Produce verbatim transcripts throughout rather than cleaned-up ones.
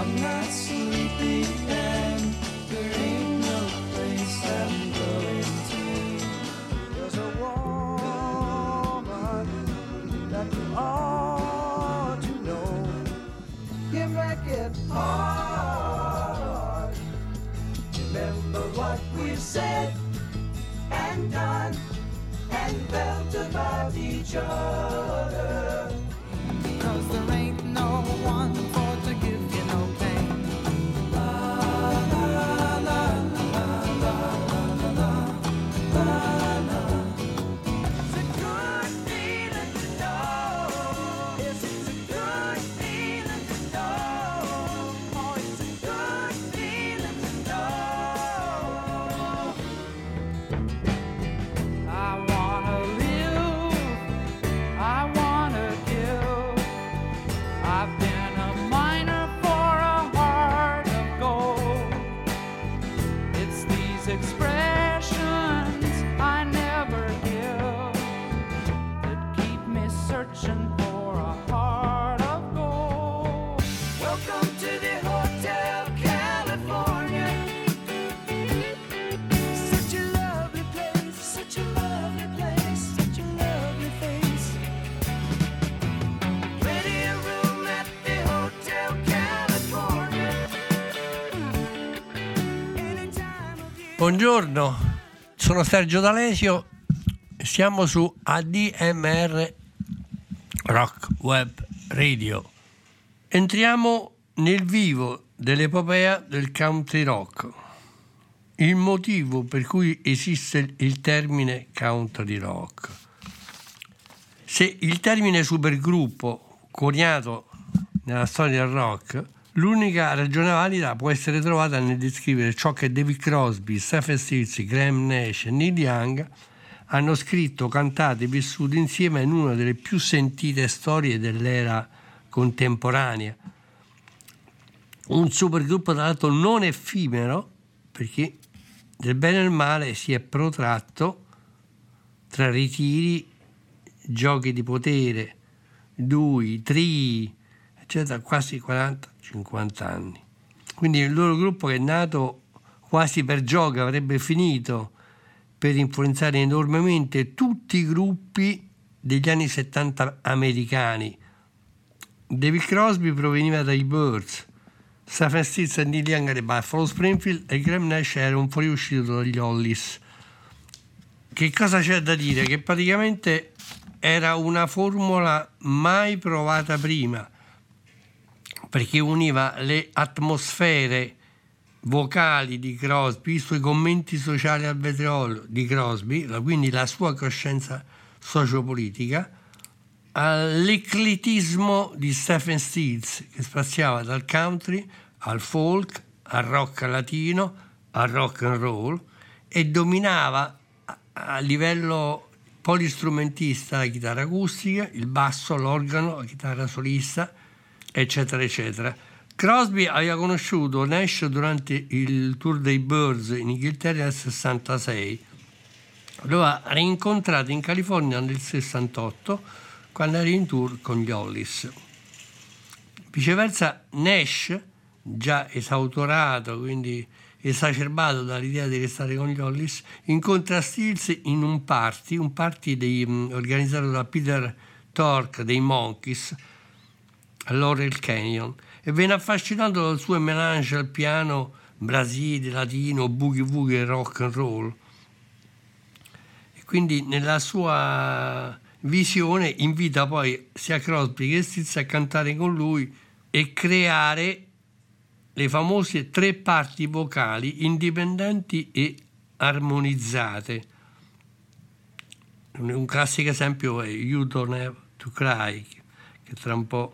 I'm not sleepy and there ain't no place I'm going to. There's a woman that you ought to know. You make it hard. Remember what we've said and done and felt about each other. 'Cause there ain't no one for to give you no pain. La la la la la la la la. It's a good feeling to know. Yes, it's a good feeling to know. Oh, it's a good feeling to know. I wanna live, I wanna give. I've been a miner for a heart of gold. It's these expressions I never give that keep me searching for a heart of gold. Welcome to the Hotel California. Such a lovely place, such a lovely place, such a lovely face. Ready a room at the Hotel California. Any time of year. Buongiorno, sono Sergio D'Alesio, siamo su A D M R Rock Web Radio. Entriamo nel vivo dell'epopea del country rock. Il motivo per cui esiste il termine country rock. Se il termine supergruppo, coniato nella storia del rock, l'unica ragione valida può essere trovata nel descrivere ciò che David Crosby, Stephen Stills, Graham Nash e Neil Young hanno scritto, cantato e vissuto insieme in una delle più sentite storie dell'era contemporanea. Un supergruppo tra l'altro non effimero, perché del bene e del male si è protratto tra ritiri, giochi di potere, dui, trii, eccetera, quasi quaranta cinquanta anni. Quindi il loro gruppo, che è nato quasi per gioco, avrebbe finito per influenzare enormemente tutti i gruppi degli anni settanta americani. David Crosby proveniva dai Byrds, Stephen Stills e Neil Young dai Buffalo Springfield e Graham Nash era un fuoriuscito dagli Hollies. Che cosa c'è da dire? Che praticamente era una formula mai provata prima, perché univa le atmosfere vocali di Crosby, i suoi commenti sociali al vetrolo di Crosby, quindi la sua coscienza sociopolitica, all'ecletismo di Stephen Stills, che spaziava dal country al folk, al rock latino, al rock and roll, e dominava a livello polistrumentista la chitarra acustica, il basso, l'organo, la chitarra solista, eccetera eccetera. Crosby aveva conosciuto Nash durante il tour dei Byrds in Inghilterra nel sessantasei, lo ha rincontrato in California nel sessantotto quando era in tour con gli Hollies. Viceversa Nash, già esautorato, quindi esacerbato dall'idea di restare con gli Hollies, incontra Stills in un party, un party dei, um, organizzato da Peter Tork dei Monkees a Laurel Canyon, e venne affascinato dal suo mélange al piano Brasile, latino, boogie woogie e rock and roll. E quindi nella sua visione invita poi sia Crosby che Stills a cantare con lui e creare le famose tre parti vocali indipendenti e armonizzate. Un classico esempio è You Don't Have to Cry, che tra un po'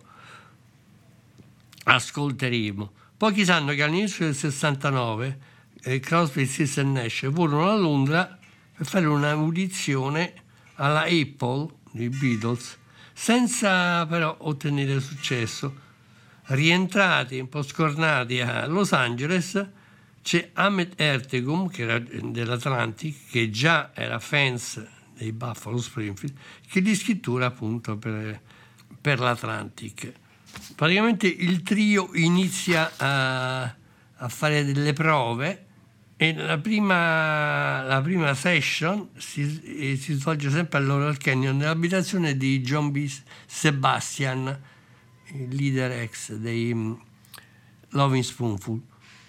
ascolteremo. Pochi sanno che all'inizio del sessantanove eh, Crosby, Stills e Nash furono a Londra per fare un'audizione alla Apple dei Beatles, senza però ottenere successo. Rientrati un po' scornati a Los Angeles, c'è Ahmet Ertegum, che era dell'Atlantic, che già era fans dei Buffalo Springfield, che di scrittura appunto per, per l'Atlantic. praticamente il trio inizia a, a fare delle prove e la prima, la prima session si, si svolge sempre all'Oral Canyon nell'abitazione di John B. Sebastian, il leader ex dei um, Loving Spoonful.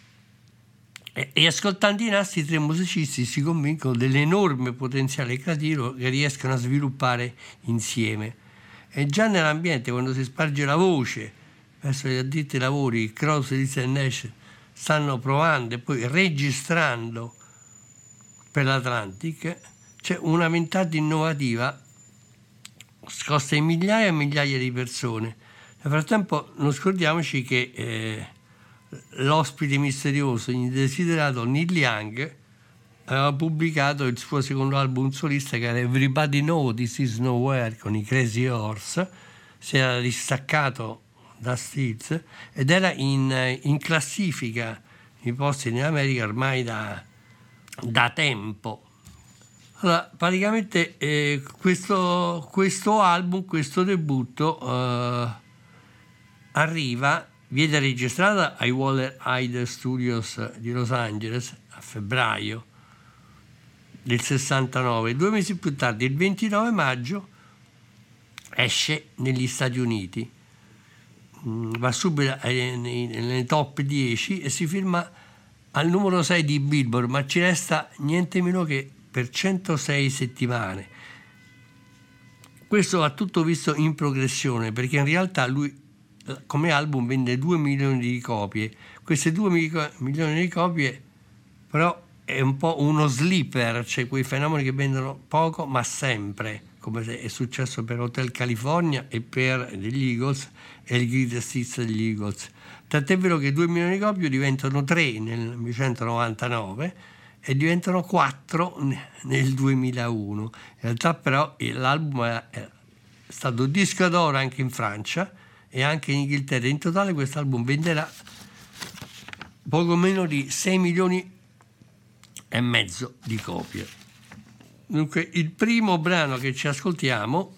E, e ascoltando i nastri, i tre musicisti si convincono dell'enorme potenziale creativo che riescono a sviluppare insieme. E già nell'ambiente, quando si sparge la voce verso gli addetti ai lavori, Crosby, Stills e Nash stanno provando e poi registrando per l'Atlantic, c'è una ventata innovativa scossa in migliaia e migliaia di persone. Nel frattempo non scordiamoci che eh, l'ospite misterioso, indesiderato Neil Young, aveva pubblicato il suo secondo album solista, che era Everybody Know This Is Nowhere con i Crazy Horse. Si era distaccato da Stills ed era in, in classifica i posti in America ormai da, da tempo. Allora, praticamente eh, questo, questo album, questo debutto eh, arriva, viene registrata ai Waller Hyde Studios di Los Angeles a febbraio del sessantanove. Due mesi più tardi, il ventinove maggio, esce negli Stati Uniti. Va subito nei top dieci e si firma al numero sei di Billboard, ma ci resta niente meno che per centosei settimane. Questo va tutto visto in progressione, perché in realtà lui come album vende due milioni di copie. Queste due milioni di copie però è un po' uno sleeper, cioè quei fenomeni che vendono poco ma sempre, come è successo per Hotel California e per gli Eagles e il Greatest Hits degli Eagles. Tant'è vero che due milioni di copie diventano tre nel millenovecentonovantanove e diventano quattro nel duemilauno. In realtà però l'album è stato disco d'oro anche in Francia e anche in Inghilterra. In totale questo album venderà poco meno di sei milioni e mezzo di copie. Dunque, il primo brano che ci ascoltiamo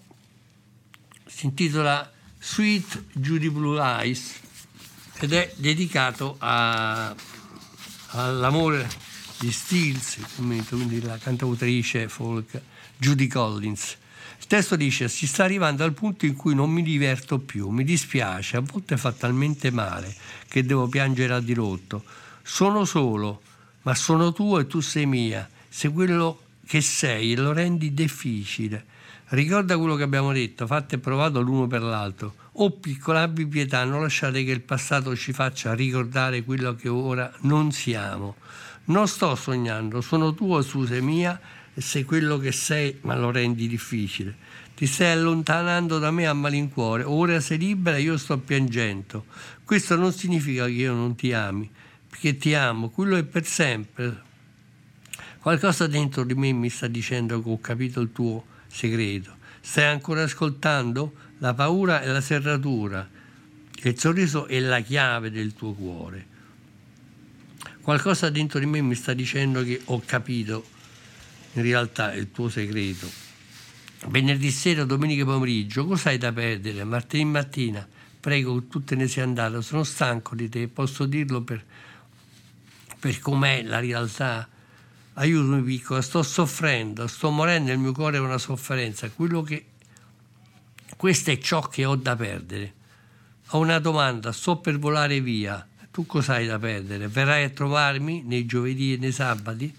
si intitola Sweet Judy Blue Eyes ed è dedicato a, all'amore di Stills, quindi la cantautrice folk Judy Collins. Il testo dice: si sta arrivando al punto in cui non mi diverto più, mi dispiace, a volte fa talmente male che devo piangere a dirotto. Sono solo, ma sono tuo e tu sei mia. Se quello che sei lo rendi difficile. Ricorda quello che abbiamo detto, fatto e provato l'uno per l'altro. Oh piccola, abbi pietà, non lasciate che il passato ci faccia ricordare quello che ora non siamo. Non sto sognando, sono tuo, tu sei mia, e sei quello che sei, ma lo rendi difficile. Ti stai allontanando da me a malincuore, ora sei libera e io sto piangendo. Questo non significa che io non ti ami, perché ti amo, quello è per sempre. Qualcosa dentro di me mi sta dicendo che ho capito il tuo segreto. Stai ancora ascoltando? La paura è la serratura, il sorriso è la chiave del tuo cuore. Qualcosa dentro di me mi sta dicendo che ho capito in realtà il tuo segreto. Venerdì sera, domenica pomeriggio, cosa hai da perdere? Martedì mattina, prego che tu te ne sia andato, sono stanco di te, posso dirlo per, per com'è la realtà. Aiutami piccola, sto soffrendo, sto morendo, il mio cuore è una sofferenza. Quello che questo è ciò che ho da perdere. Ho una domanda, sto per volare via. Tu cosa hai da perdere? Verrai a trovarmi nei giovedì e nei sabati?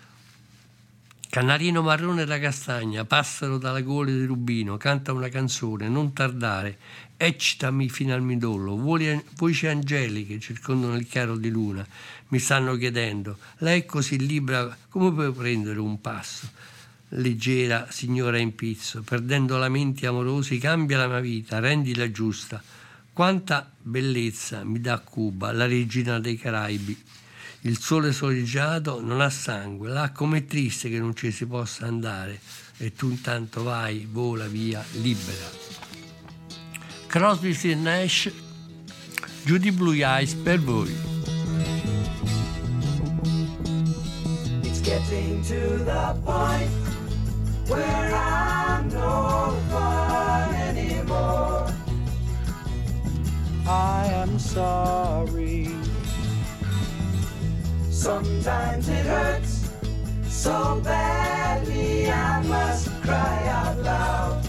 Canarino marrone da castagna, passero dalla gola di rubino, canta una canzone, non tardare, eccitami fino al midollo, voci angeliche circondano il chiaro di luna, mi stanno chiedendo, lei è così libera, come puoi prendere un passo? Leggera signora in pizzo, perdendo lamenti amorosi, cambia la mia vita, rendila giusta. Quanta bellezza mi dà Cuba, la regina dei Caraibi. Il sole soleggiato non ha sangue, là com'è triste che non ci si possa andare e tu intanto vai, vola via, libera. Crosby, Stills e Nash, Judy Blue Eyes per voi. It's getting to the point where I'm no fun anymore. I am sorry. Sometimes it hurts so badly I must cry out loud.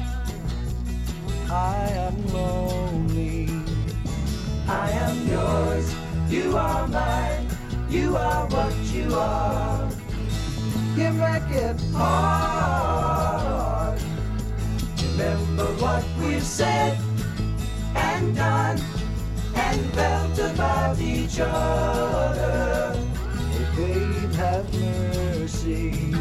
I am lonely. I am yours, you are mine, you are what you are. You make it hard. Remember what we've said and done and felt about each other. Oh, babe, have mercy.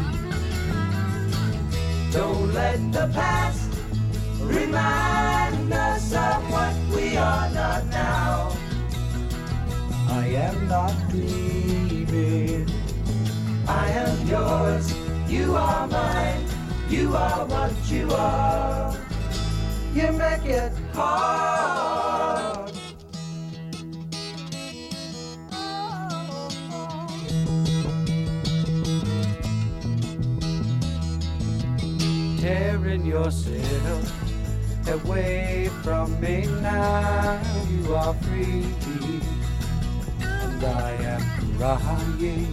Don't let the past remind us of what we are not now. I am not dreaming. I am yours, you are mine, you are what you are. You make it hard. Tearing yourself away from me now, you are free, and I am crying.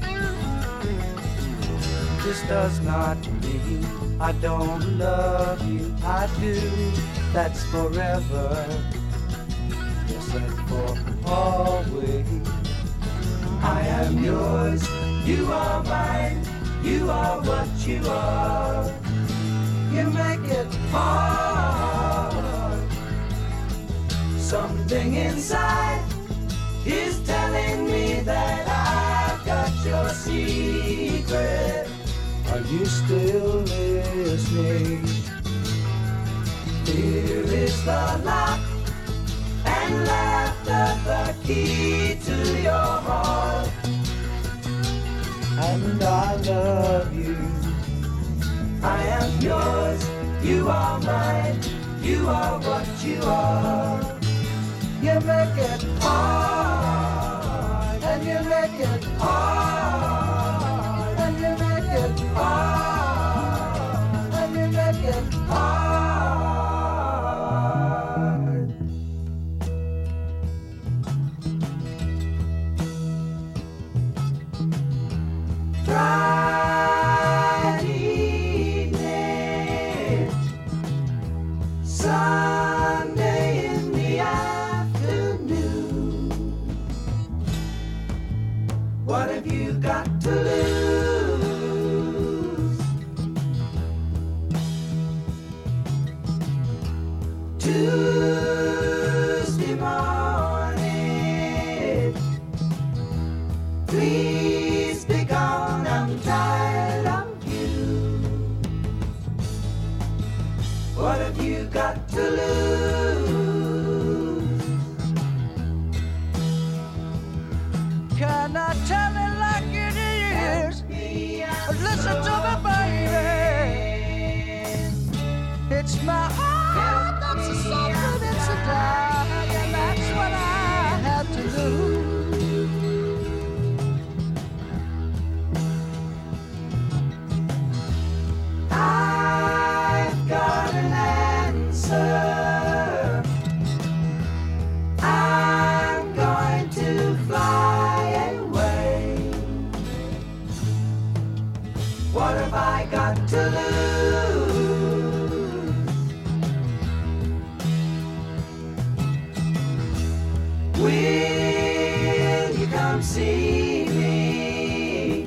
This does not mean I don't love you, I do, that's forever, yes, and for always. I am yours, you are mine, you are what you are. You make it hard. Something inside is telling me that I've got your secret. Are you still listening? Here is the lock and laughter, the key to your heart. And I love you. I am yours, you are mine, you are what you are. You make it hard, and you make it hard, and you make it hard, and you make it hard. Friday evening, Sunday in the afternoon. What have you got to lose? Tuesday morning, please be gone, I'm tired of you. What have you got to lose? Can I tell it like it is? Listen to me, baby. It's my heart that's a suffering, it's a die, and that's what I have to lose. I've got an answer. I'm going to fly away. What have I got to lose? Will you come see me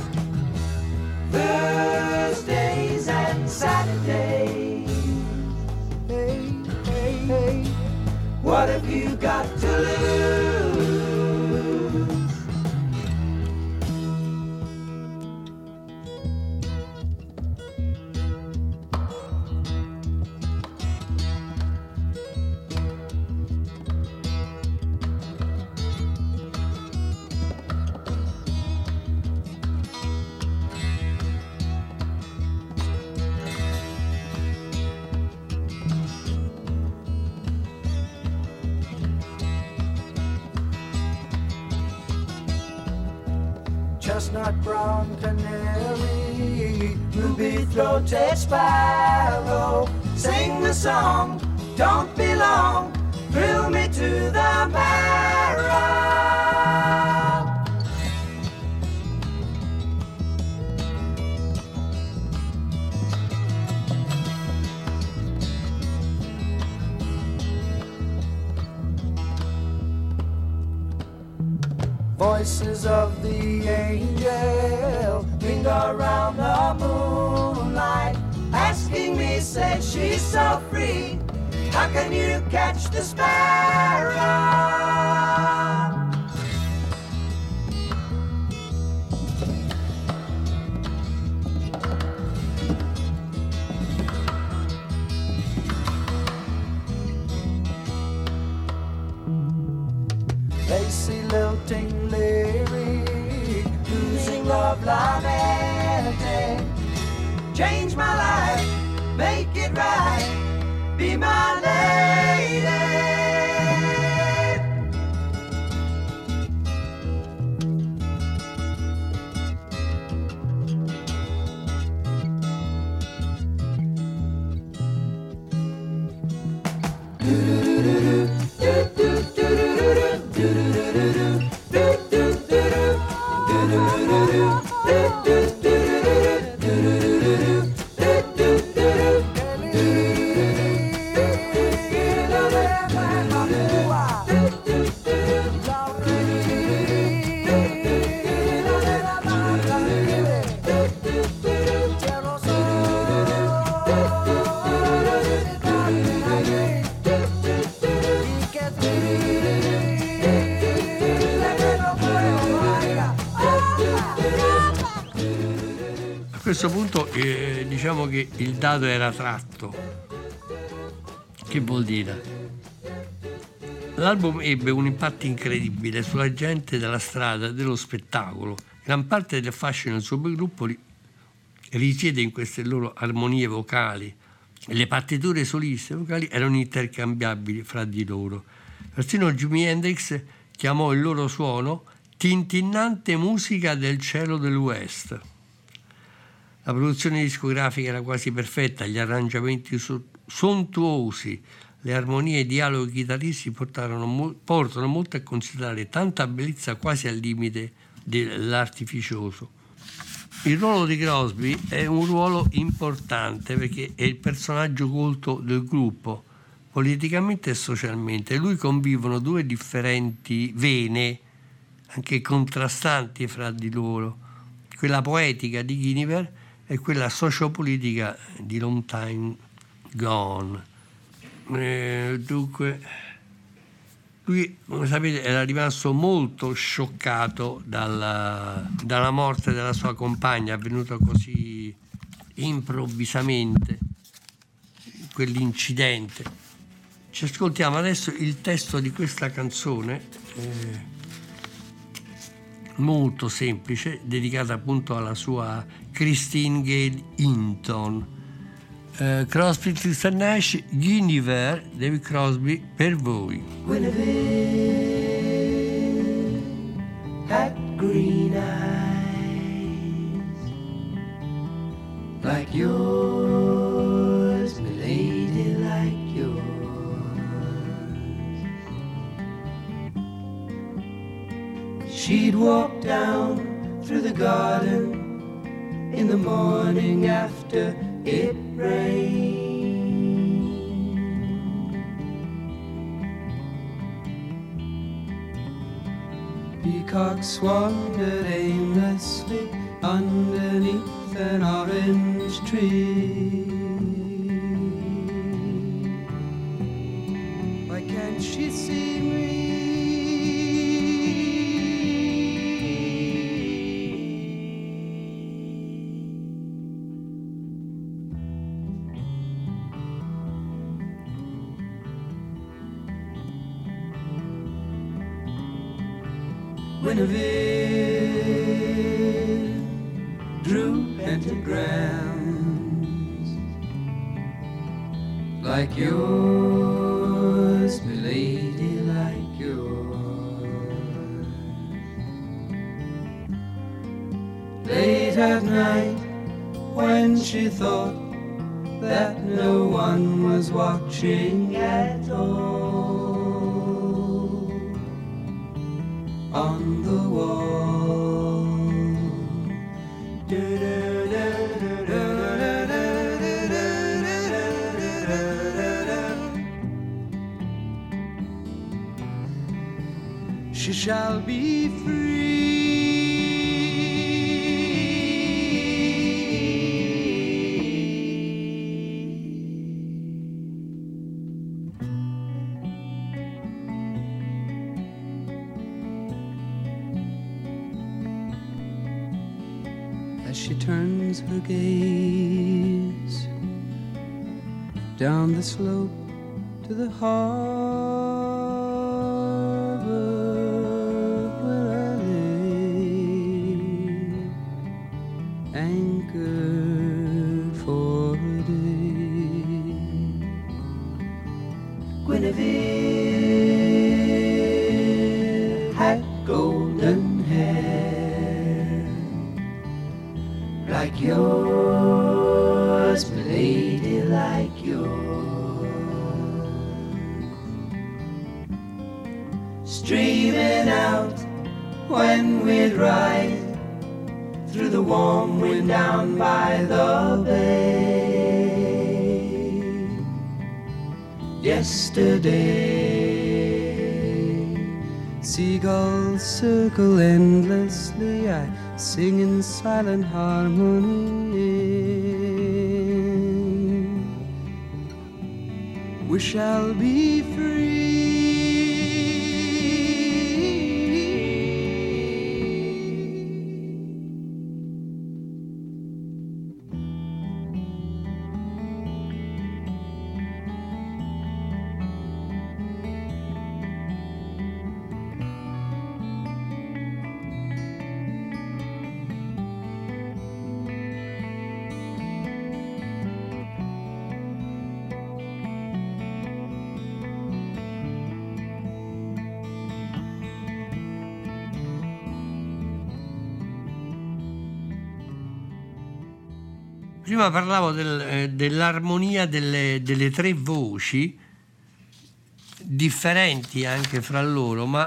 Thursdays and Saturdays? Hey, hey, hey. What have you got to lose? Chestnut brown canary, ruby-throated sparrow, sing the song, don't be long, thrill me to the marrow. Voices of the angel linger around the moonlight, asking me, say she's so free, how can you catch the sparrow? Lacy lilting lyric, losing love lamenting. Change my life, make it right, be my lady. A questo punto eh, diciamo che il dado era tratto. Che vuol dire? L'album ebbe un impatto incredibile sulla gente della strada, dello spettacolo. Gran parte del fascino del suo bel gruppo risiede in queste loro armonie vocali. Le partiture soliste vocali erano intercambiabili fra di loro. Persino Jimi Hendrix chiamò il loro suono tintinnante musica del cielo dell'West. La produzione discografica era quasi perfetta, gli arrangiamenti sontuosi, le armonie e i dialoghi chitarristi portarono, portano molto a considerare tanta bellezza quasi al limite dell'artificioso. Il ruolo di Crosby è un ruolo importante perché è il personaggio colto del gruppo, politicamente e socialmente. Lui convivono due differenti vene, anche contrastanti fra di loro, quella poetica di Guinevere e quella sociopolitica di Long Time Gone. Eh, dunque, lui, come sapete, era rimasto molto scioccato dalla, dalla morte della sua compagna, avvenuta così improvvisamente, quell'incidente. Ci ascoltiamo adesso il testo di questa canzone, eh, molto semplice, dedicata appunto alla sua Christine Gale Hinton. Uh, Crosby, Stills and Nash, Guinevere, David Crosby, per voi. Guinevere had green eyes like yours, my lady, like yours. She'd walk down through the garden in the morning after it rained. Peacocks wandered aimlessly underneath an orange tree. Why can't she see me? Guinevere drew pentagrams like yours, my lady, like yours. Late at night, when she thought that no one was watching at all, she shall be free. As she turns her gaze down the slope to the harbor where I lay, anchored for a day. Guinevere had golden hair like yours, but lady like yours. Streaming out when we'd ride through the warm wind down by the bay. Yesterday, seagulls circle endlessly, I sing in silent harmony. We shall be free. Prima parlavo del, eh, dell'armonia delle, delle tre voci, differenti anche fra loro, ma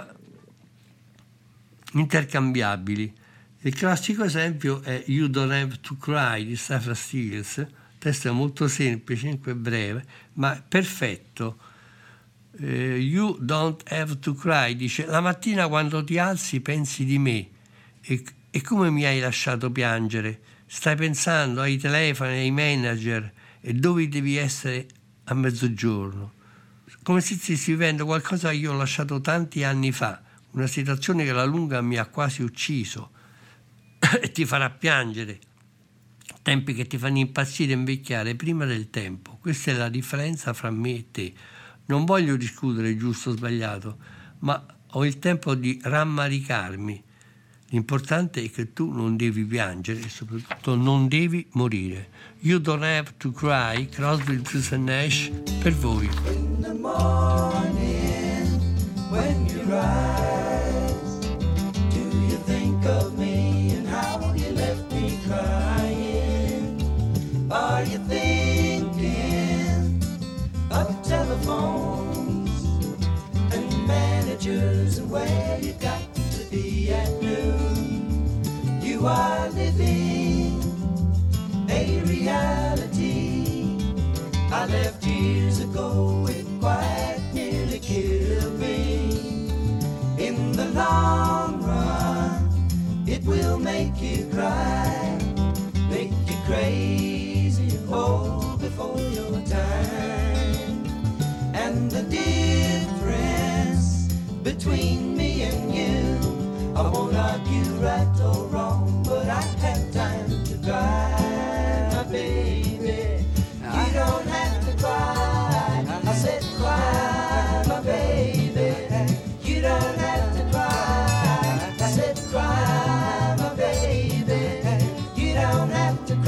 intercambiabili. Il classico esempio è You Don't Have to Cry di Safra Stills, testo molto semplice, e breve, ma perfetto. Eh, you Don't Have to Cry dice: la mattina quando ti alzi pensi di me e, e come mi hai lasciato piangere. Stai pensando ai telefoni, ai manager e dove devi essere a mezzogiorno. Come se stessi vivendo qualcosa che io ho lasciato tanti anni fa, una situazione che alla lunga mi ha quasi ucciso e ti farà piangere. Tempi che ti fanno impazzire e invecchiare prima del tempo. Questa è la differenza fra me e te. Non voglio discutere giusto o sbagliato, ma ho il tempo di rammaricarmi. L'importante è che tu non devi piangere e soprattutto non devi morire. You Don't Have to Cry, Crosby, Stills and Nash, per voi. In the morning, when you rise, do you think of me and how you left me crying? Are you thinking of telephones and managers and where you got to be at noon? You are living a reality I left years ago. It quite nearly killed me. In the long run, it will make you cry, make you crazy, old before your time. And the difference between me and you, I won't argue right or wrong, but I have time to cry, my baby. You don't have to cry. I said cry, my baby. You don't have to cry. I said cry, my baby. You don't have to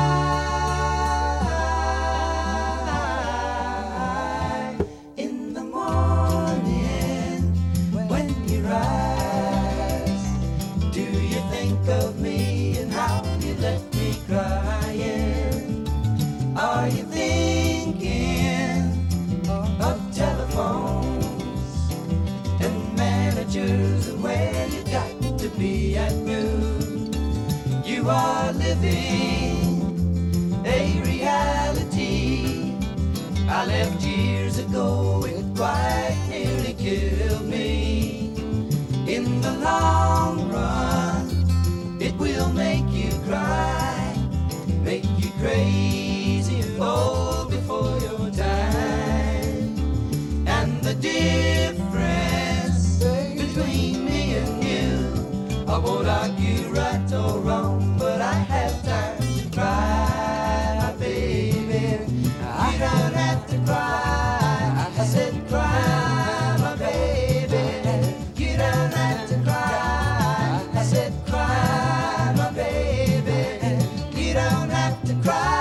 cry. In the morning, when you rise, do you think of me and how you left me crying? Are you thinking of telephones and managers and where you got to be at noon? You are living a reality I left years ago. It quite nearly killed me. In the long run, it will make you cry, make you crazy and old before your time. And the difference between me and you, I won't argue right or wrong, but I have time to cry, baby. You don't have to cry, I said cry, my baby. You don't have to cry, I said cry, my baby. You don't have to cry.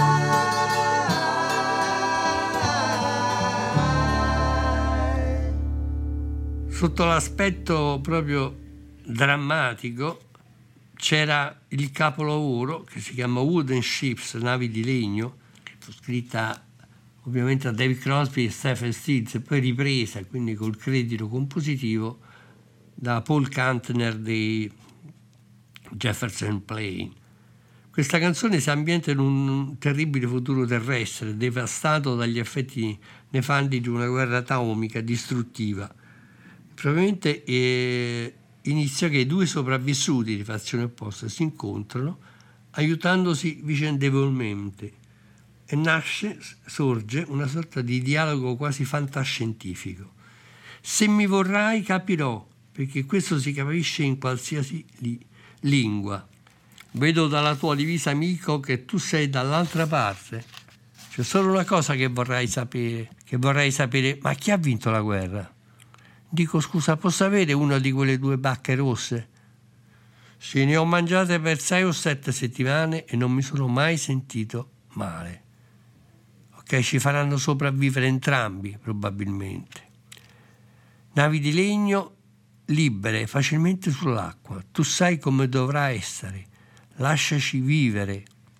Sotto l'aspetto proprio drammatico c'era il capolavoro che si chiama Wooden Ships, navi di legno, scritta ovviamente da David Crosby e Stephen Stills e poi ripresa, quindi col credito compositivo, da Paul Kantner dei Jefferson Plain. Questa canzone si ambienta in un terribile futuro terrestre devastato dagli effetti nefandi di una guerra atomica distruttiva. Probabilmente eh, inizia che i due sopravvissuti di fazioni opposte si incontrano aiutandosi vicendevolmente e nasce, sorge una sorta di dialogo quasi fantascientifico. Se mi vorrai capirò, perché questo si capisce in qualsiasi li- lingua. Vedo dalla tua divisa, amico, che tu sei dall'altra parte. C'è solo una cosa che vorrei sapere, che vorrei sapere, ma chi ha vinto la guerra? Dico, scusa, posso avere una di quelle due bacche rosse? Sì, ne ho mangiate per sei o sette settimane e non mi sono mai sentito male. Ok, ci faranno sopravvivere entrambi, probabilmente. Navi di legno libere, facilmente sull'acqua. Tu sai come dovrà essere. Lasciaci vivere.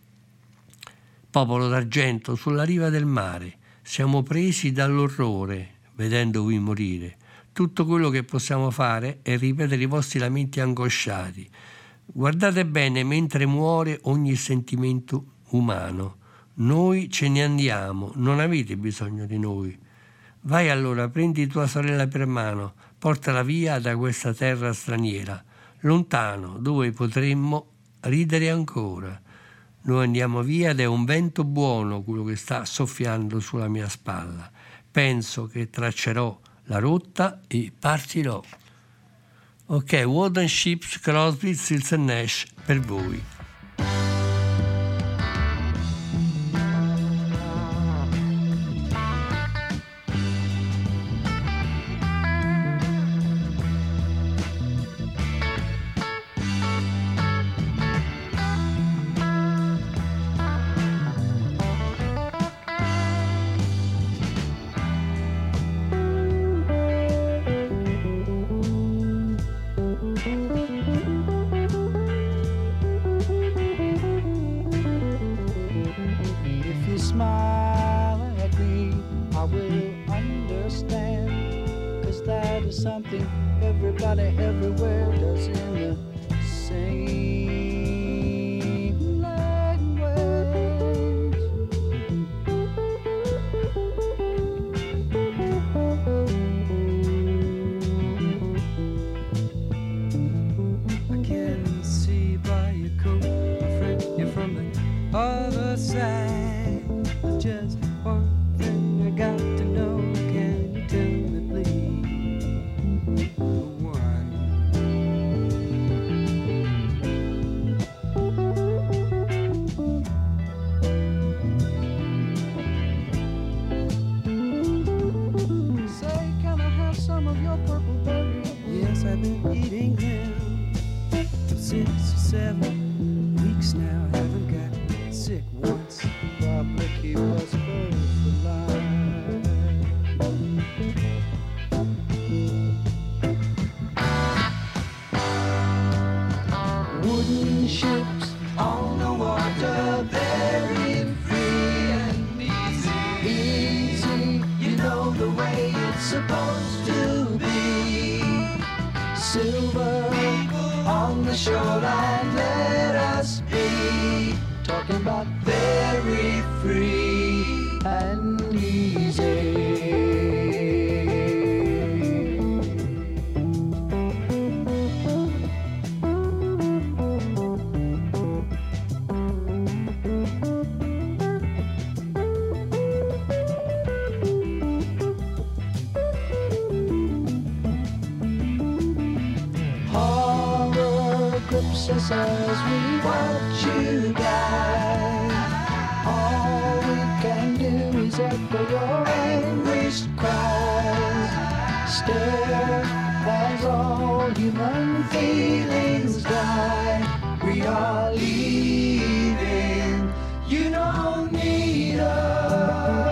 Popolo d'argento, sulla riva del mare. Siamo presi dall'orrore, vedendovi morire. Tutto quello che possiamo fare è ripetere i vostri lamenti angosciati. Guardate bene mentre muore ogni sentimento umano. Noi ce ne andiamo, non avete bisogno di noi. Vai allora, prendi tua sorella per mano, portala via da questa terra straniera, lontano, dove potremmo ridere ancora. Noi andiamo via ed è un vento buono quello che sta soffiando sulla mia spalla. Penso che traccerò la rotta e partirò. Ok, Wooden Ships, Crosby, Stills and Nash per voi. eclipse us as we watch you die. All we can do is echo your anguished cries. Stare as all human feelings die. We are leaving, you don't need us.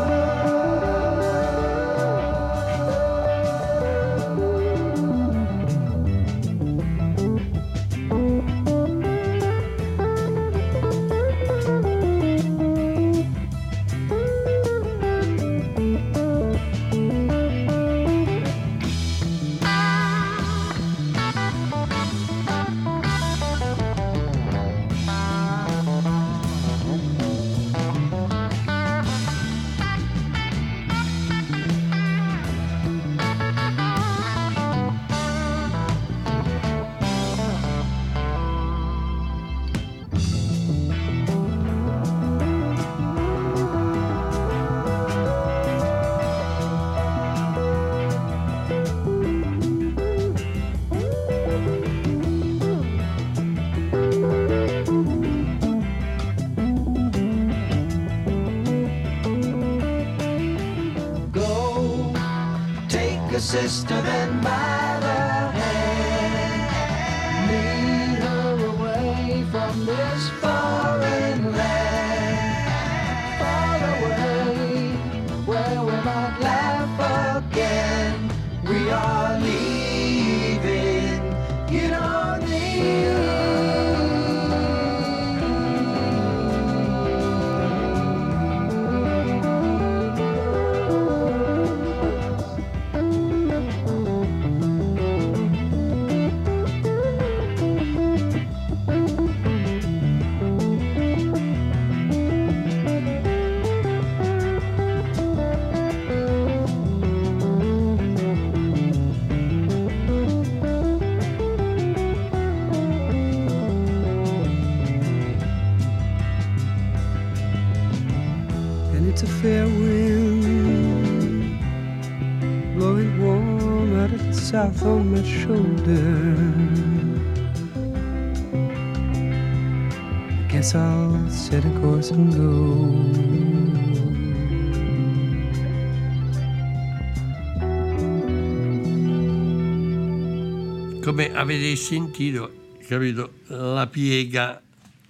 Sister, then by the hand, lead her away from this foreign land, far away, where we might laugh again. We are leaving, you don't need It's a fair wind blowing warm out of the south on my shoulder. I guess I'll set a course and go. Come avete sentito, capito, la piega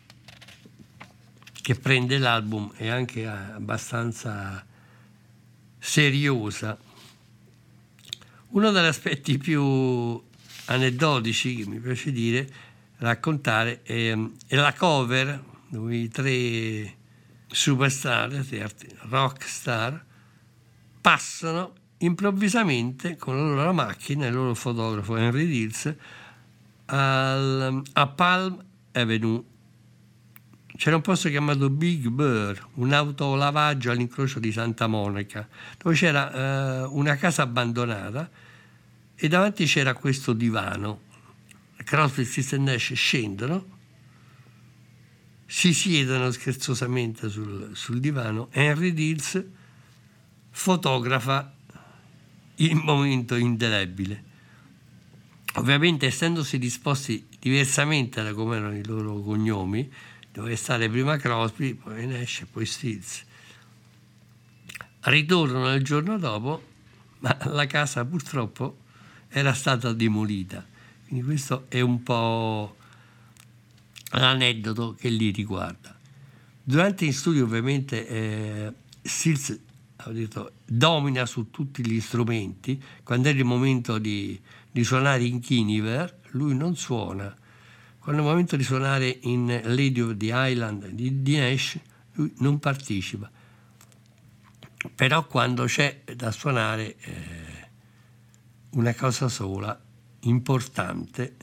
che prende l'album è anche abbastanza seriosa. Uno degli aspetti più aneddotici che mi piace dire, raccontare, è, è la cover dove i tre superstar, rock star, passano improvvisamente con la loro macchina, il loro fotografo Henry Dills, al, a Palm Avenue. C'era un posto chiamato Big Bear, un autolavaggio all'incrocio di Santa Monica, dove c'era uh, una casa abbandonata e davanti c'era questo divano. Crosby, Stills e Nash scendono, si siedono scherzosamente sul, sul divano. Henry Dills fotografa il momento indelebile. Ovviamente, essendosi disposti diversamente da come erano i loro cognomi, doveva stare prima Crosby, poi Nash e poi Stills. Ritornano il giorno dopo, ma la casa purtroppo era stata demolita. Quindi questo è un po' l'aneddoto che li riguarda. Durante in studio ovviamente eh, Stills, ho detto, domina su tutti gli strumenti. Quando è il momento di, di suonare in Kiniver, lui non suona. Quando è il momento di suonare in Lady of the Island di, di Nash, lui non partecipa. Però quando c'è da suonare eh, una cosa sola, importante,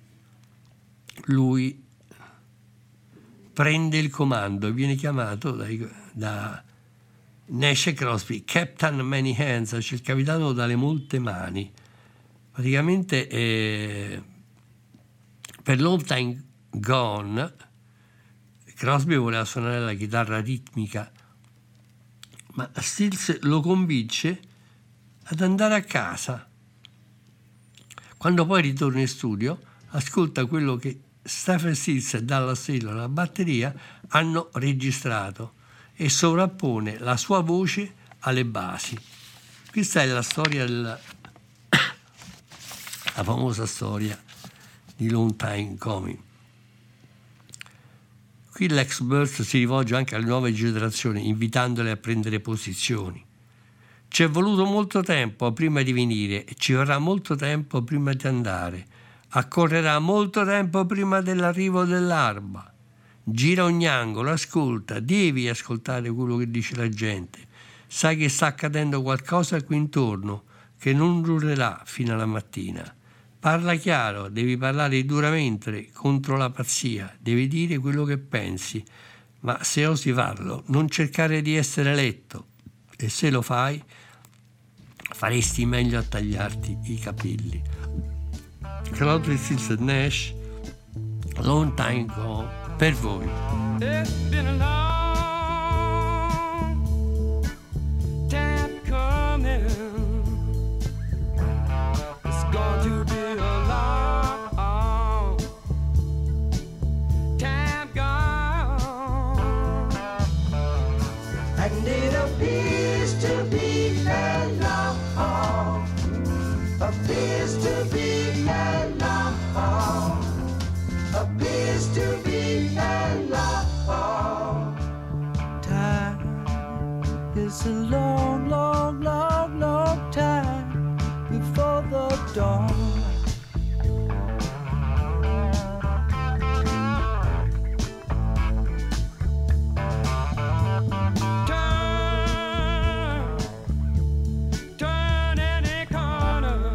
lui prende il comando e viene chiamato dai, da Nash e Crosby Captain Many Hands, cioè il capitano dalle molte mani. Praticamente eh, per Long Time Gone Crosby voleva suonare la chitarra ritmica, ma Stills lo convince ad andare a casa. Quando poi ritorna in studio ascolta quello che Stephen Stills e Dallas Taylor alla batteria hanno registrato e sovrappone la sua voce alle basi. Questa è la storia del, la famosa storia di Long Time Coming. Qui l'ex Birth si rivolge anche alle nuove generazioni, invitandole a prendere posizioni. Ci è voluto molto tempo prima di venire e ci vorrà molto tempo prima di andare. Accorrerà molto tempo prima dell'arrivo dell'alba. Gira ogni angolo, ascolta, devi ascoltare quello che dice la gente. Sai che sta accadendo qualcosa qui intorno che non durerà fino alla mattina. Parla chiaro, devi parlare duramente contro la pazzia, devi dire quello che pensi, ma se osi farlo, non cercare di essere letto, e se lo fai, faresti meglio a tagliarti i capelli. Crosby, Stills and Nash, Long Time Ago, per voi. It's been a long time coming. It's going to be a long time gone, And it appears to be a long, appears to be a long, appears to be a long. time. It's a long, long, long, long time before the dawn. Turn, turn any corner.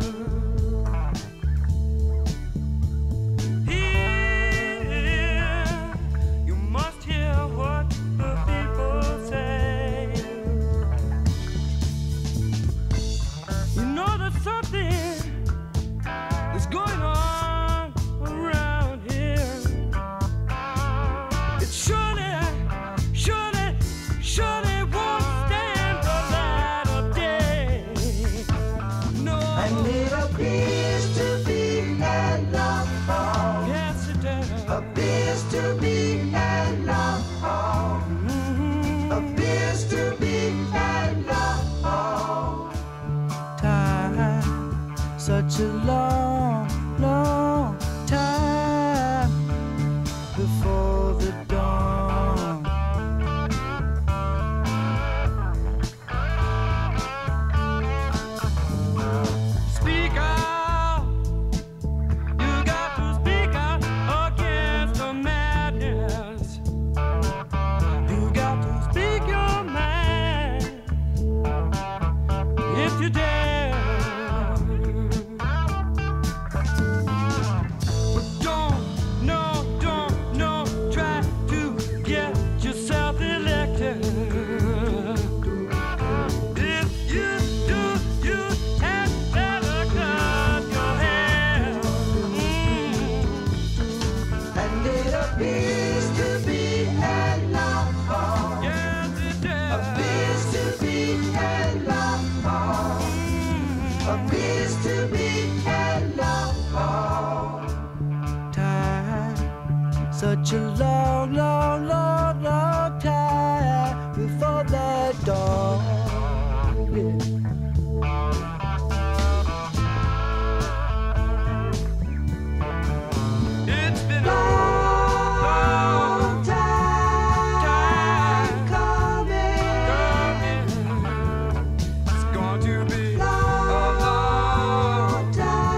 Here, you must hear what the people say. You know there's something that's going on around here. It surely, surely, surely won't stand the light of day. No, And it appears to be a long, yes it does. appears to be a long, Mhm. appears to be a long. Time, such a long, long time before the dawn. Speak out, you got to speak out against the madness. You got to speak your mind if you dare. But don't, no, don't, no, try to get yourself elected. If you do, you had better cut your hair. Mm. And it appears to be a long, Yes, it does. appears to be a long, appears to be a long. Time, such a long, long, long, long time before the dawn. Yeah. It's been a Long long time coming, coming. It's going to be a long long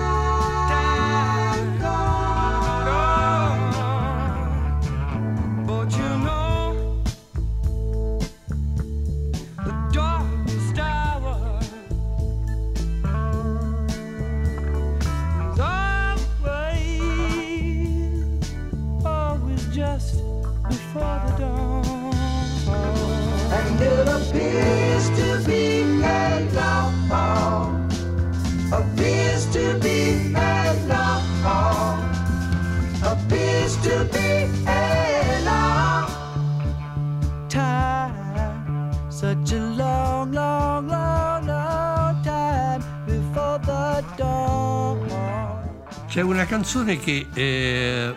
time gone. time. But you know, the darkest hour is always, always just before the dawn. And it appears to be a long, appears to be a long, appears to be a long. Time, such a long, long, long, long time before the dawn. C'è una canzone che eh,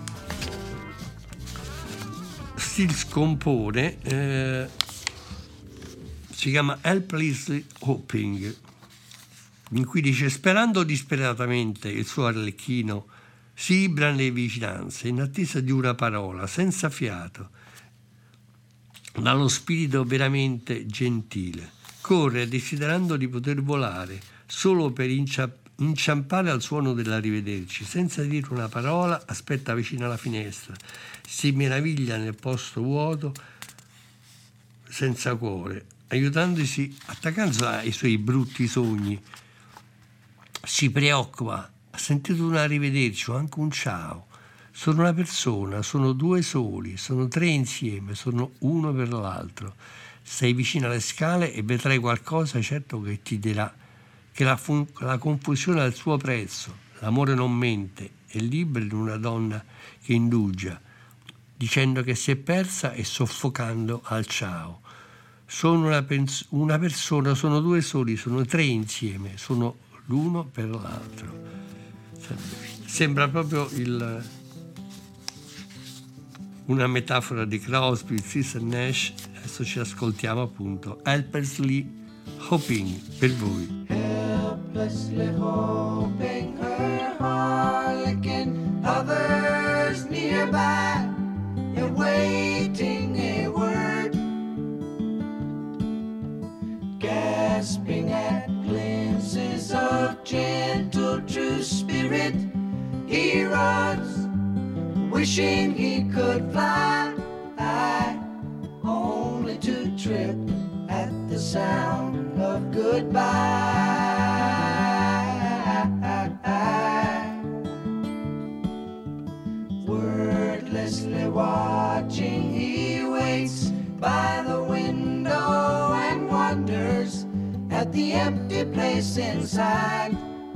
Stills compone, eh, si chiama Helplessly Hoping, in cui dice: sperando disperatamente il suo arlecchino si ibra nelle vicinanze in attesa di una parola senza fiato dallo spirito veramente gentile, corre desiderando di poter volare solo per inciampare inciampare al suono dell'arrivederci, senza dire una parola, aspetta vicino alla finestra, si meraviglia nel posto vuoto, senza cuore, aiutandosi, attaccandosi ai suoi brutti sogni, si preoccupa, ha sentito un arrivederci o anche un ciao, sono una persona, sono due soli, sono tre insieme, sono uno per l'altro, stai vicino alle scale e vedrai qualcosa certo che ti dirà che la, fun- la confusione ha il suo prezzo, l'amore non mente, è libero in una donna che indugia, dicendo che si è persa e soffocando al ciao. Sono una, pens- una persona, sono due soli, sono tre insieme, sono l'uno per l'altro. Sembra proprio il, una metafora di Crosby, Stills e Nash. Adesso ci ascoltiamo appunto Helplessly Hoping per voi. Helplessly hoping her harlequin hovers nearby, awaiting a word, gasping at glimpses of gentle true spirit. He runs, wishing he could fly, only to trip at the sound of goodbye. Wordlessly watching, he waits by the window and wonders at the empty place inside.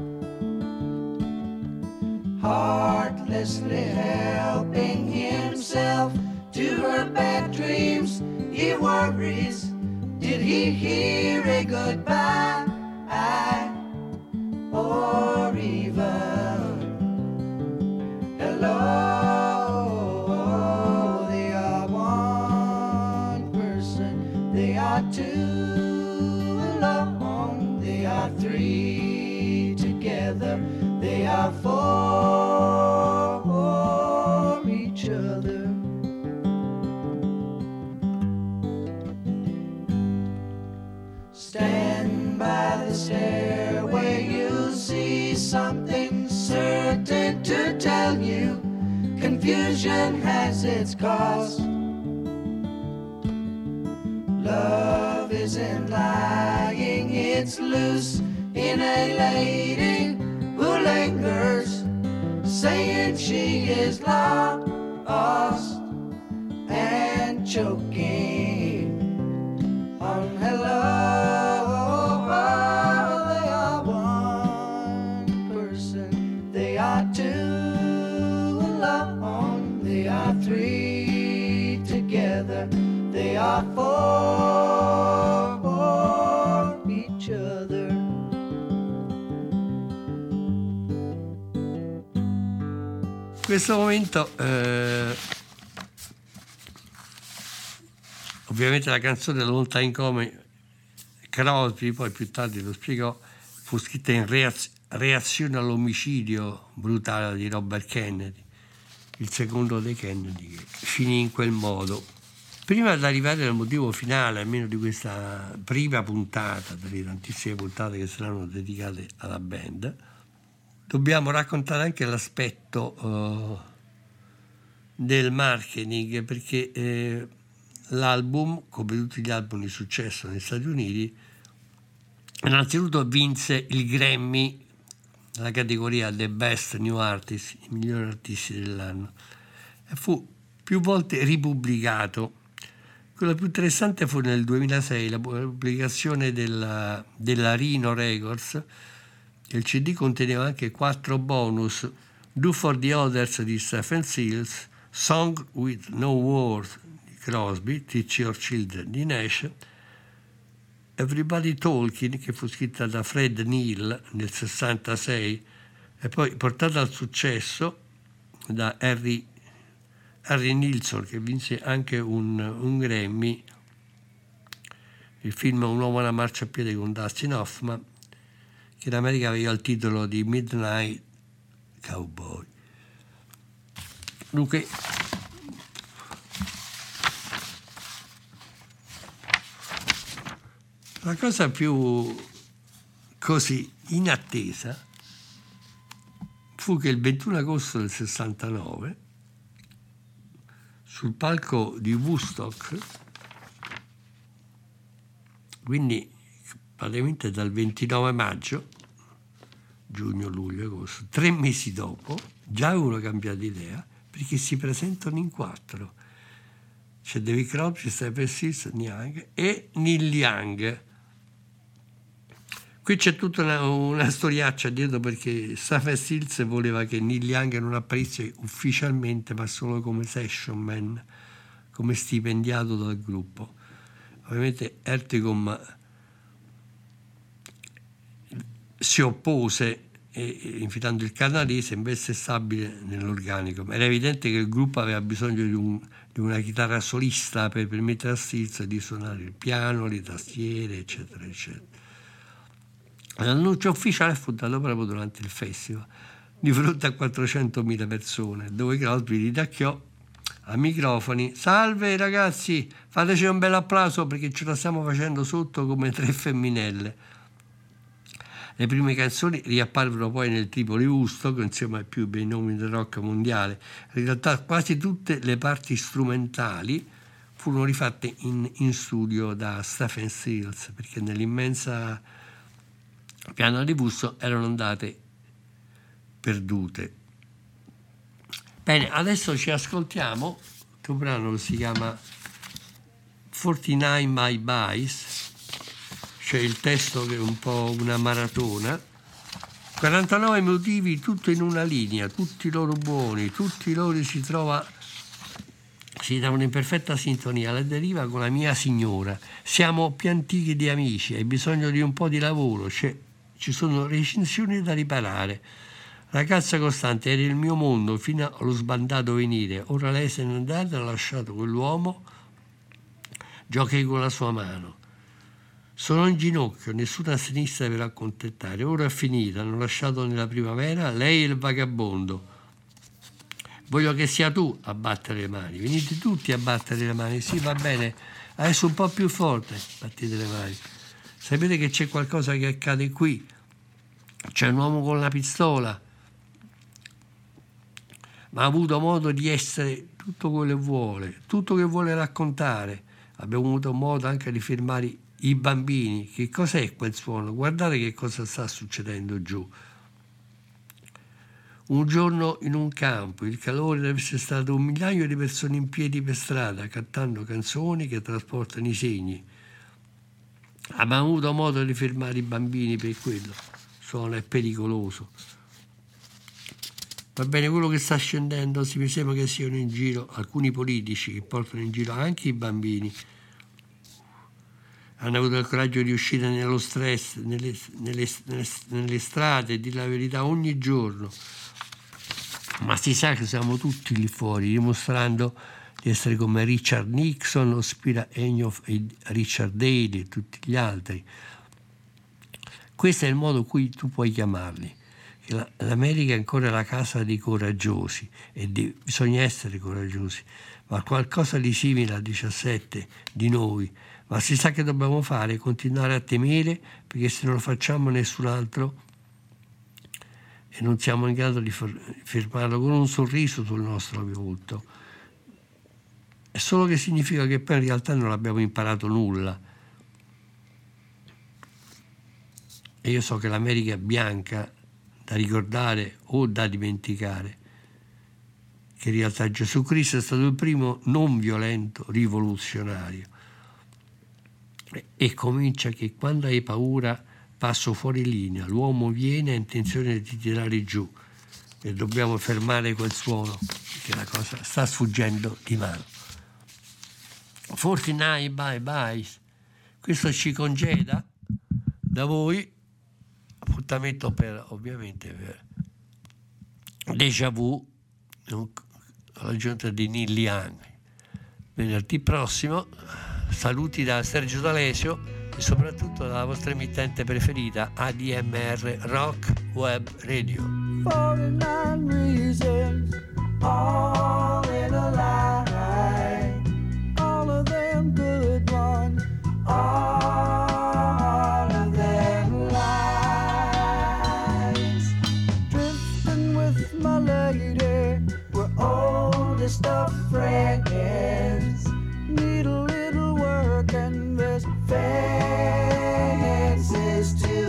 Heartlessly helping himself to her bad dreams, he worries, did he hear a goodbye? Or even hello? They are one person, they are two alone, they are three together, they are four for each other. Stand by the stairway, you'll see something certain to tell you. Confusion has its cost. Love isn't lying, it's loose in a lady who lingers, saying she is lost and choking on hello. They are one person, they are two alone, they are three together, they are four for each other. In questo momento eh, ovviamente la canzone Long Time Coming, Crosby poi più tardi lo spiegò, fu scritta in reaz- reazione all'omicidio brutale di Robert Kennedy, il secondo dei Kennedy, che finì in quel modo. Prima di arrivare al motivo finale, almeno di questa prima puntata, delle tantissime puntate che saranno dedicate alla band, dobbiamo raccontare anche l'aspetto uh, del marketing, perché eh, l'album, come tutti gli album di successo negli Stati Uniti, innanzitutto vinse il Grammy nella categoria The Best New Artist, i migliori artisti dell'anno, e fu più volte ripubblicato. Quello più interessante fu nel duemilasei la pubblicazione della, della Rhino Records. Il C D conteneva anche quattro bonus: Do for the Others di Stephen Stills, Song with No Words di Crosby, Teach Your Children di Nash, Everybody Talking, che fu scritta da Fred Neil nel sessantasei, e poi portata al successo da Harry, Harry Nilsson, che vinse anche un, un Grammy, il film Un uomo alla marciapiede con Dustin Hoffman, che in America aveva il titolo di Midnight Cowboy. Dunque, la cosa più così inattesa fu che il ventuno agosto del sessantanove, sul palco di Woodstock, quindi praticamente dal ventinove maggio, giugno, luglio, agosto, tre mesi dopo, già avevano cambiato idea, perché si presentano in quattro. C'è David Crosby, Stephen Stills, Young e Neil Young. Qui c'è tutta una, una storiaccia dietro, perché Stephen Stills voleva che Neil Young non apparisse ufficialmente, ma solo come session man, come stipendiato dal gruppo. Ovviamente Ertegom si oppose, e, invitando il canadese invece stabile nell'organico. Era evidente che il gruppo aveva bisogno di, un, di una chitarra solista per permettere a Stills di suonare il piano, le tastiere, eccetera, eccetera. L'annuncio ufficiale fu dato proprio durante il festival, di fronte a quattrocentomila persone, dove Crosby ridacchiò a microfoni: salve ragazzi, fateci un bel applauso perché ce la stiamo facendo sotto come tre femminelle. Le prime canzoni riapparvero poi nel Tripoli Woodstock insieme ai più bei nomi del rock mondiale. In realtà quasi tutte le parti strumentali furono rifatte in, in studio da Stephen Stills, perché nell'immensa piano di Woodstock erano andate perdute. Bene, adesso ci ascoltiamo un brano che si chiama quarantanove My Buys. C'è il testo che è un po' una maratona, quarantanove motivi, tutto in una linea, tutti loro buoni, tutti loro si trova, si trovano in perfetta sintonia, alla deriva con la mia signora, siamo più antichi di amici, hai bisogno di un po' di lavoro, c'è, ci sono recensioni da riparare, ragazza costante, eri il mio mondo fino allo sbandato venire, ora lei se n'è andata, ha lasciato quell'uomo, giochi con la sua mano. Sono in ginocchio, nessuna sinistra per accontentare. Ora è finita, hanno lasciato nella primavera lei e il vagabondo. Voglio che sia tu a battere le mani. Venite tutti a battere le mani. Sì, va bene. Adesso un po' più forte. Battete le mani. Sapete che c'è qualcosa che accade qui. C'è un uomo con la pistola. Ma ha avuto modo di essere tutto quello che vuole, tutto che vuole raccontare. Abbiamo avuto modo anche di fermare i bambini. Che cos'è quel suono? Guardate che cosa sta succedendo giù. Un giorno in un campo, il calore deve essere stato un migliaio di persone in piedi per strada, cantando canzoni che trasportano i segni. Abbiamo avuto modo di fermare i bambini per quello. Il suono è pericoloso. Va bene, quello che sta scendendo, si mi sembra che siano in giro alcuni politici che portano in giro anche i bambini. Hanno avuto il coraggio di uscire nello stress, nelle, nelle, nelle, nelle strade, e dire la verità ogni giorno. Ma si sa che siamo tutti lì fuori, dimostrando di essere come Richard Nixon, lo Spira Egnoff e Richard Daley e tutti gli altri. Questo è il modo in cui tu puoi chiamarli. L'America è ancora la casa dei coraggiosi e di, bisogna essere coraggiosi, ma qualcosa di simile al diciassette di noi. Ma si sa che dobbiamo fare? Continuare a temere, perché se non lo facciamo nessun altro e non siamo in grado di fermarlo con un sorriso sul nostro volto. È solo che significa che poi in realtà non abbiamo imparato nulla. E io so che l'America è bianca, da ricordare o da dimenticare, che in realtà Gesù Cristo è stato il primo non violento rivoluzionario. E comincia che quando hai paura passo fuori linea, l'uomo viene a intenzione di tirare giù e dobbiamo fermare quel suono, che la cosa sta sfuggendo di mano. quarantanove bye bye, questo ci congeda da voi, appuntamento per ovviamente per Déjà Vu, l'aggiunta di Neil Young. Venerdì prossimo, saluti da Sergio D'Alesio e soprattutto dalla vostra emittente preferita A D M R Rock Web Radio. forty-nine reasons, all in a line, all of them good ones, all of them lies. Drifting with my lady, we're oldest of friends, need a little work and this fences to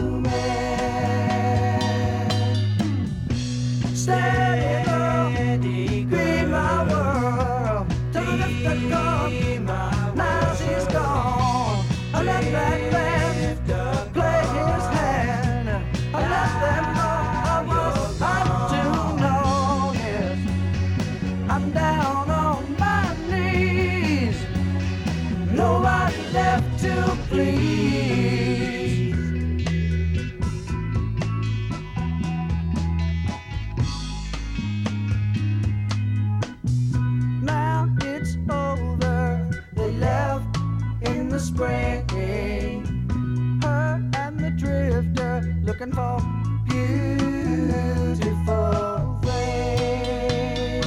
mend. Steady, steady, be my world. Till the lift the gun, now she's gone. I let that man play his hand. I let them know I was up to no. Yes, I'm down on my knees. Nobody left to please. Now it's over. They left in the spring. Her and the drifter looking for beautiful things.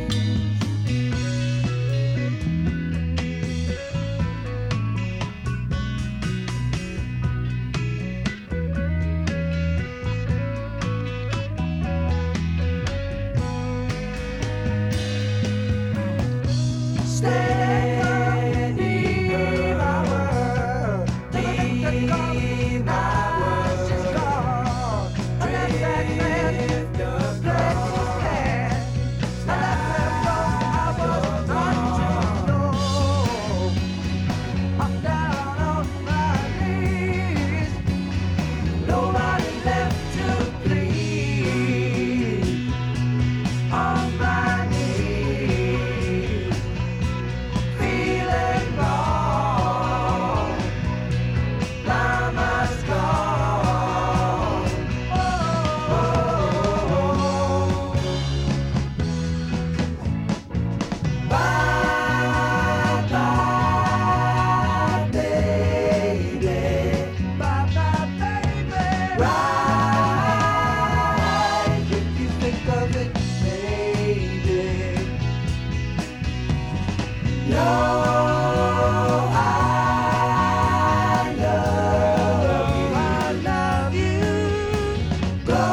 Steady, be my world. Be my world. She's gone. I let that man play his hand. I let them know I was not to know. I'm down on my knees. Nobody left to please. On my knees, feeling wrong. I must go. Oh, oh, oh. Bye, bye, baby. Bye, bye, baby. Right, if you think of it, baby. No, I love you. I love you. Go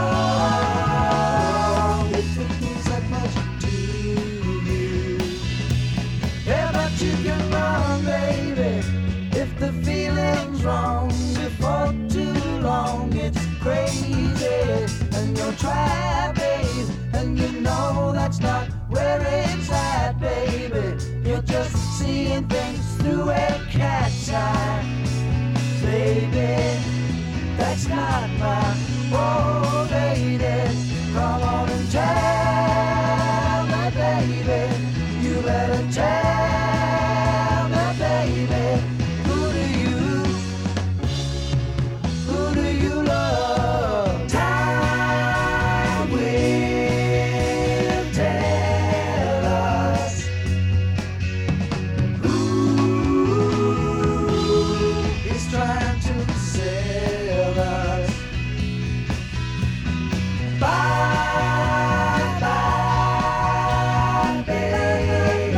if it means that much to you. Yeah, but you can run, baby, if the feeling's wrong. Before too long, it's crazy, and you'll try, babe, and you know that's not where it's at, baby. You're just seeing things through a cat's eye, baby. That's not my old lady. Come on and tell me, baby. You better tell me, baby. Who do you, who do you love? Time will tell us who is trying to sell us. Bye, bye, baby.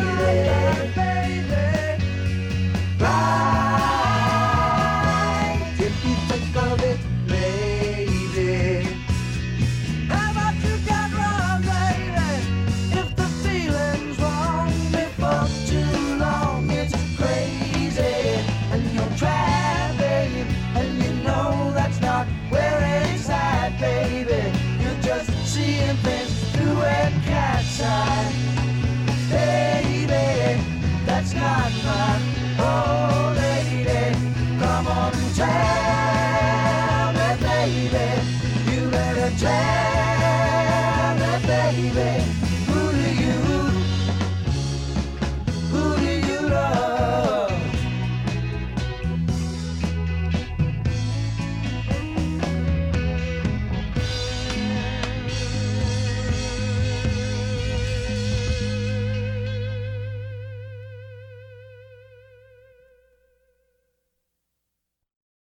Right, if you think of it, maybe. How about you get wrong, baby? If the feeling's wrong before too long, it's crazy, and you'll try, babe, and you know that's not where it's at, baby. You're just seeing things through a cat's eye, baby. That's not my old lady. Come on and tell me, baby. You better tell me, baby.